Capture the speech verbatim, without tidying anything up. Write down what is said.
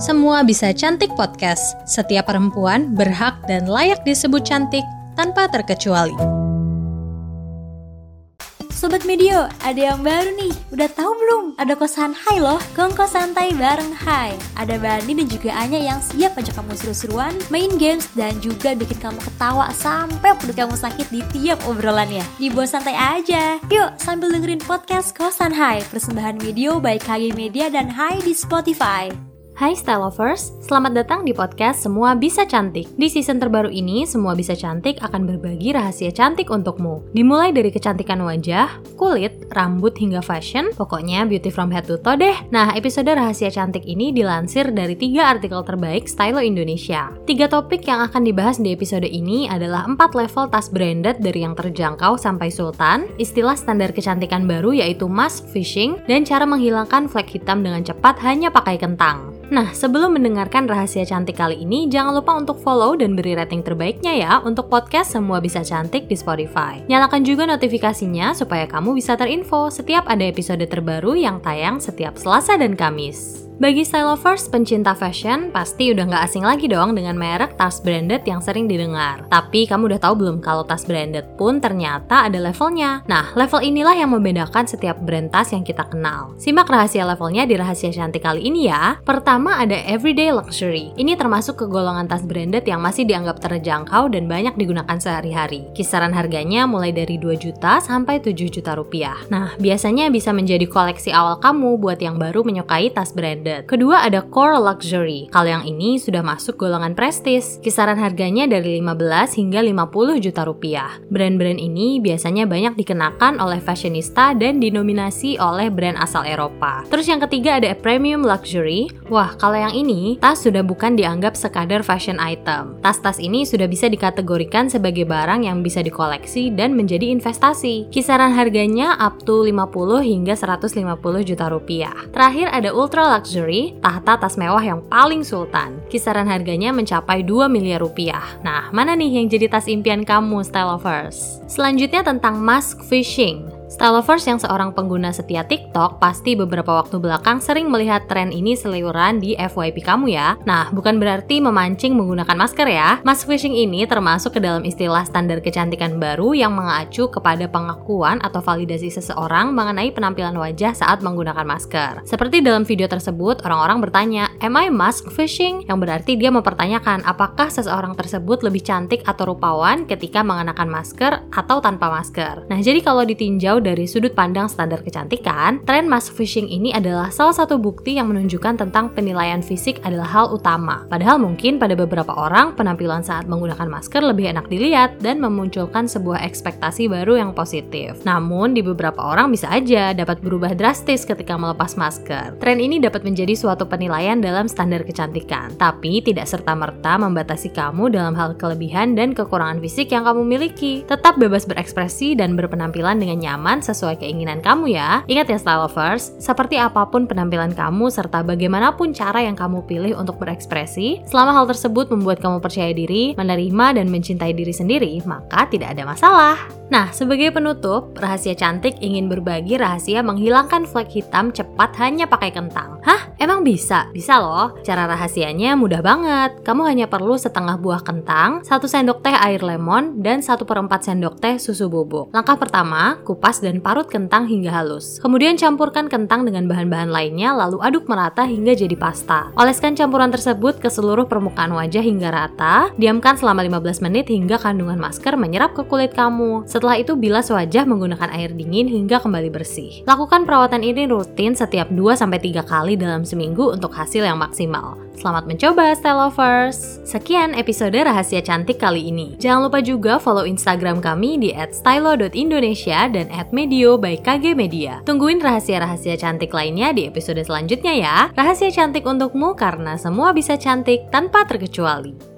Semua Bisa Cantik Podcast. Setiap perempuan berhak dan layak disebut cantik tanpa terkecuali. Sobat Medio, ada yang baru nih. Udah tahu belum? Ada kosan Hai loh, kongko santai bareng Hai. Ada Bani dan juga Anya yang siap ajak kamu seru-seruan, main games, dan juga bikin kamu ketawa sampai perut kamu sakit di tiap obrolannya. Dibawa santai aja. Yuk, sambil dengerin podcast Kosan Hai, persembahan Medio by K G Media dan Hai di Spotify. Hai Style Lovers, selamat datang di podcast Semua Bisa Cantik. Di season terbaru ini, Semua Bisa Cantik akan berbagi rahasia cantik untukmu. Dimulai dari kecantikan wajah, kulit, rambut hingga fashion, pokoknya beauty from head to toe deh. Nah, episode rahasia cantik ini dilansir dari tiga artikel terbaik Stylo Indonesia. Tiga topik yang akan dibahas di episode ini adalah empat level tas branded dari yang terjangkau sampai sultan, istilah standar kecantikan baru yaitu mask fishing, dan cara menghilangkan flek hitam dengan cepat hanya pakai kentang. Nah, sebelum mendengarkan rahasia cantik kali ini, jangan lupa untuk follow dan beri rating terbaiknya ya untuk podcast Semua Bisa Cantik di Spotify. Nyalakan juga notifikasinya supaya kamu bisa terinfo setiap ada episode terbaru yang tayang setiap Selasa dan Kamis. Bagi style lovers pencinta fashion, pasti udah gak asing lagi dong dengan merek tas branded yang sering didengar. Tapi kamu udah tahu belum kalau tas branded pun ternyata ada levelnya? Nah, level inilah yang membedakan setiap brand tas yang kita kenal. Simak rahasia levelnya di rahasia cantik kali ini ya. Pertama ada everyday luxury. Ini termasuk ke golongan tas branded yang masih dianggap terjangkau dan banyak digunakan sehari-hari. Kisaran harganya mulai dari dua juta sampai tujuh juta rupiah. Nah, biasanya bisa menjadi koleksi awal kamu buat yang baru menyukai tas branded. Kedua ada core luxury. Kalau yang ini sudah masuk golongan prestis. Kisaran harganya dari lima belas hingga lima puluh juta rupiah. Brand-brand ini biasanya banyak dikenakan oleh fashionista dan dinominasi oleh brand asal Eropa. Terus yang ketiga ada premium luxury. Wah, kalau yang ini tas sudah bukan dianggap sekadar fashion item. Tas-tas ini sudah bisa dikategorikan sebagai barang yang bisa dikoleksi dan menjadi investasi. Kisaran harganya up to lima puluh hingga seratus lima puluh juta rupiah. Terakhir ada ultra luxury, tahta tas mewah yang paling sultan. Kisaran harganya mencapai dua miliar rupiah. Nah, mana nih yang jadi tas impian kamu, style lovers? Selanjutnya tentang mask fishing. Style lovers yang seorang pengguna setia TikTok pasti beberapa waktu belakang sering melihat tren ini seliuran di F Y P kamu ya. Nah, bukan berarti memancing menggunakan masker ya. Mask fishing ini termasuk ke dalam istilah standar kecantikan baru yang mengacu kepada pengakuan atau validasi seseorang mengenai penampilan wajah saat menggunakan masker. Seperti dalam video tersebut, orang-orang bertanya, "Am I mask fishing?" Yang berarti dia mempertanyakan apakah seseorang tersebut lebih cantik atau rupawan ketika mengenakan masker atau tanpa masker. Nah, jadi kalau ditinjau dari sudut pandang standar kecantikan, tren mask fishing ini adalah salah satu bukti yang menunjukkan tentang penilaian fisik adalah hal utama. Padahal mungkin pada beberapa orang, penampilan saat menggunakan masker lebih enak dilihat dan memunculkan sebuah ekspektasi baru yang positif. Namun, di beberapa orang bisa aja dapat berubah drastis ketika melepas masker. Tren ini dapat menjadi suatu penilaian dalam standar kecantikan, tapi tidak serta-merta membatasi kamu dalam hal kelebihan dan kekurangan fisik yang kamu miliki. Tetap bebas berekspresi dan berpenampilan dengan nyaman sesuai keinginan kamu ya. Ingat ya style lovers, seperti apapun penampilan kamu serta bagaimanapun cara yang kamu pilih untuk berekspresi, selama hal tersebut membuat kamu percaya diri, menerima dan mencintai diri sendiri, maka tidak ada masalah. Nah, sebagai penutup, rahasia cantik ingin berbagi rahasia menghilangkan flek hitam cepat hanya pakai kentang. Hah? Emang bisa? Bisa loh. Cara rahasianya mudah banget. Kamu hanya perlu setengah buah kentang, satu sendok teh air lemon, dan satu per empat sendok teh susu bubuk. Langkah pertama, kupas dan parut kentang hingga halus. Kemudian campurkan kentang dengan bahan-bahan lainnya, lalu aduk merata hingga jadi pasta. Oleskan campuran tersebut ke seluruh permukaan wajah hingga rata. Diamkan selama lima belas menit hingga kandungan masker menyerap ke kulit kamu. Setelah itu bilas wajah menggunakan air dingin hingga kembali bersih. Lakukan perawatan ini rutin setiap dua sampai tiga kali dalam seminggu untuk hasil yang maksimal. Selamat mencoba, style lovers! Sekian episode rahasia cantik kali ini. Jangan lupa juga follow Instagram kami di et stylo dot indonesia dan et medio by K G Media. Tungguin rahasia-rahasia cantik lainnya di episode selanjutnya ya. Rahasia cantik untukmu karena semua bisa cantik tanpa terkecuali.